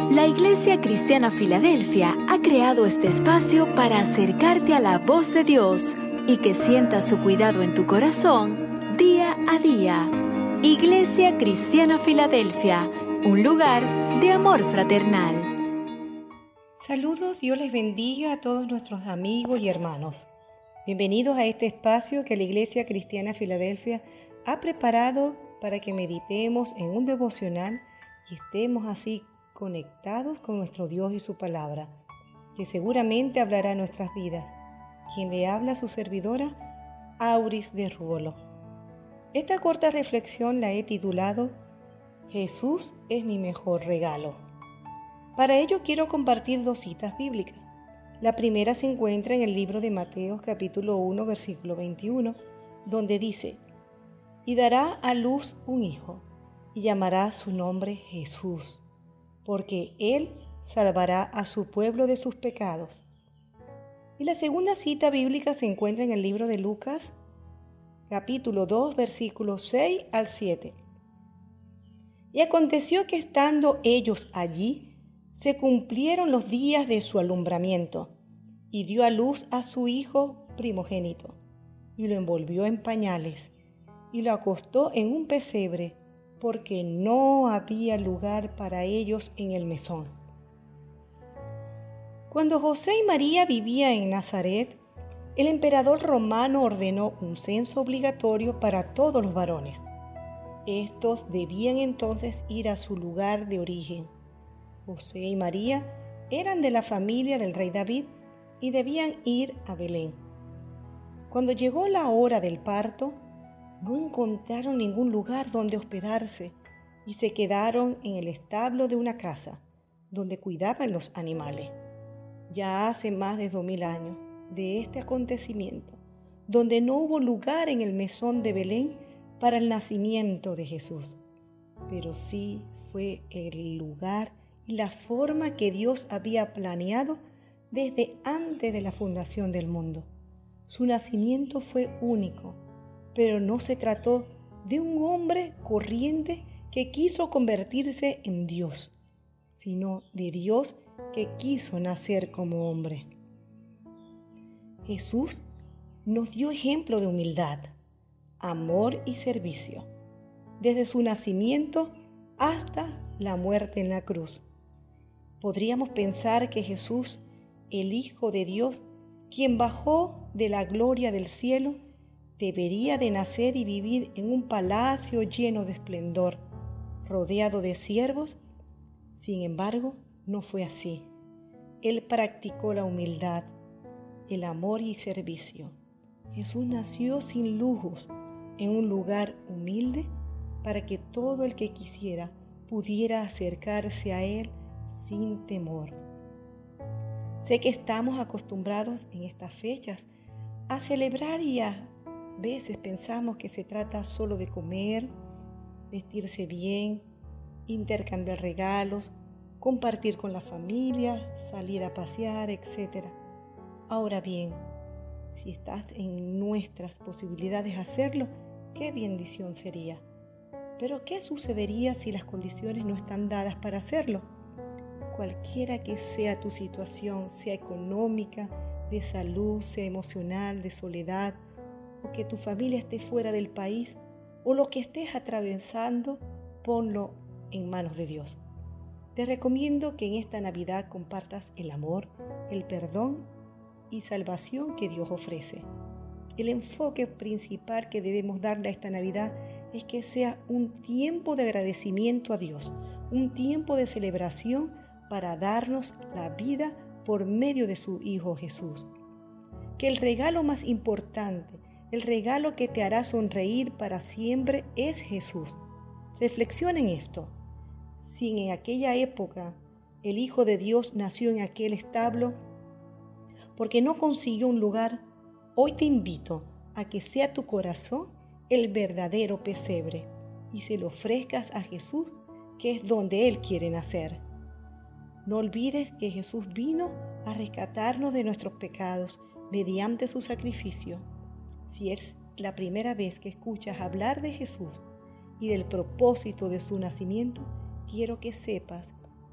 La Iglesia Cristiana Filadelfia ha creado este espacio para acercarte a la voz de Dios y que sientas su cuidado en tu corazón día a día. Iglesia Cristiana Filadelfia, un lugar de amor fraternal. Saludos, Dios les bendiga a todos nuestros amigos y hermanos. Bienvenidos a este espacio que la Iglesia Cristiana Filadelfia ha preparado para que meditemos en un devocional y estemos así conectados con nuestro Dios y su palabra, que seguramente hablará en nuestras vidas. Quien le habla a su servidora, Auris de Ruolo. Esta corta reflexión la he titulado Jesús es mi mejor regalo. Para ello quiero compartir dos citas bíblicas. La primera se encuentra en el libro de Mateo capítulo 1 versículo 21, donde dice: y dará a luz un hijo, y llamará su nombre Jesús, porque él salvará a su pueblo de sus pecados. Y la segunda cita bíblica se encuentra en el libro de Lucas, capítulo 2, versículos 6 al 7. Y aconteció que estando ellos allí, se cumplieron los días de su alumbramiento, y dio a luz a su hijo primogénito, y lo envolvió en pañales, y lo acostó en un pesebre, porque no había lugar para ellos en el mesón. Cuando José y María vivían en Nazaret, el emperador romano ordenó un censo obligatorio para todos los varones. Estos debían entonces ir a su lugar de origen. José y María eran de la familia del rey David y debían ir a Belén. Cuando llegó la hora del parto, no encontraron ningún lugar donde hospedarse y se quedaron en el establo de una casa donde cuidaban los animales. Ya hace más de 2000 años de este acontecimiento, donde no hubo lugar en el mesón de Belén para el nacimiento de Jesús, pero sí fue el lugar y la forma que Dios había planeado desde antes de la fundación del mundo. Su nacimiento fue único, pero no se trató de un hombre corriente que quiso convertirse en Dios, sino de Dios que quiso nacer como hombre. Jesús nos dio ejemplo de humildad, amor y servicio, desde su nacimiento hasta la muerte en la cruz. Podríamos pensar que Jesús, el Hijo de Dios, quien bajó de la gloria del cielo, debería de nacer y vivir en un palacio lleno de esplendor, rodeado de siervos. Sin embargo, no fue así. Él practicó la humildad, el amor y servicio. Jesús nació sin lujos, en un lugar humilde, para que todo el que quisiera pudiera acercarse a Él sin temor. Sé que estamos acostumbrados en estas fechas a celebrar y a veces pensamos que se trata solo de comer, vestirse bien, intercambiar regalos, compartir con la familia, salir a pasear, etc. Ahora bien, si estás en nuestras posibilidades de hacerlo, qué bendición sería. Pero ¿qué sucedería si las condiciones no están dadas para hacerlo? Cualquiera que sea tu situación, sea económica, de salud, sea emocional, de soledad, o que tu familia esté fuera del país, o lo que estés atravesando, ponlo en manos de Dios. Te recomiendo que en esta Navidad compartas el amor, el perdón y salvación que Dios ofrece. El enfoque principal que debemos darle a esta Navidad es que sea un tiempo de agradecimiento a Dios, un tiempo de celebración para darnos la vida por medio de su Hijo Jesús. Que el regalo más importante, el regalo que te hará sonreír para siempre es Jesús. Reflexiona en esto. Si en aquella época el Hijo de Dios nació en aquel establo porque no consiguió un lugar, hoy te invito a que sea tu corazón el verdadero pesebre y se lo ofrezcas a Jesús, que es donde Él quiere nacer. No olvides que Jesús vino a rescatarnos de nuestros pecados mediante su sacrificio. Si es la primera vez que escuchas hablar de Jesús y del propósito de su nacimiento, quiero que sepas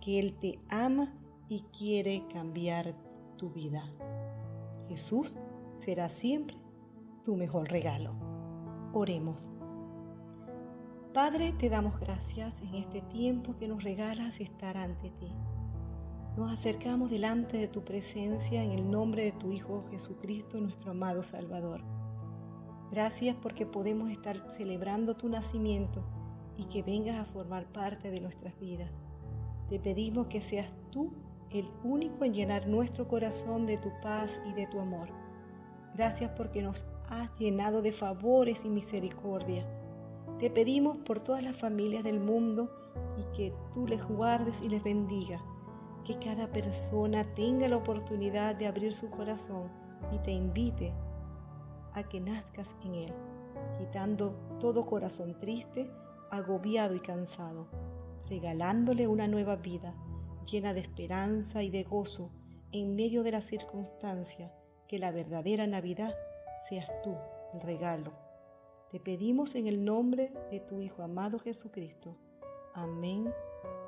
que Él te ama y quiere cambiar tu vida. Jesús será siempre tu mejor regalo. Oremos. Padre, te damos gracias en este tiempo que nos regalas estar ante ti. Nos acercamos delante de tu presencia en el nombre de tu Hijo Jesucristo, nuestro amado Salvador. Gracias porque podemos estar celebrando tu nacimiento y que vengas a formar parte de nuestras vidas. Te pedimos que seas tú el único en llenar nuestro corazón de tu paz y de tu amor. Gracias porque nos has llenado de favores y misericordia. Te pedimos por todas las familias del mundo y que tú les guardes y les bendigas. Que cada persona tenga la oportunidad de abrir su corazón y te invite a que nazcas en él, quitando todo corazón triste, agobiado y cansado, regalándole una nueva vida llena de esperanza y de gozo en medio de las circunstancias. Que la verdadera Navidad seas tú el regalo. Te pedimos en el nombre de tu Hijo amado Jesucristo. Amén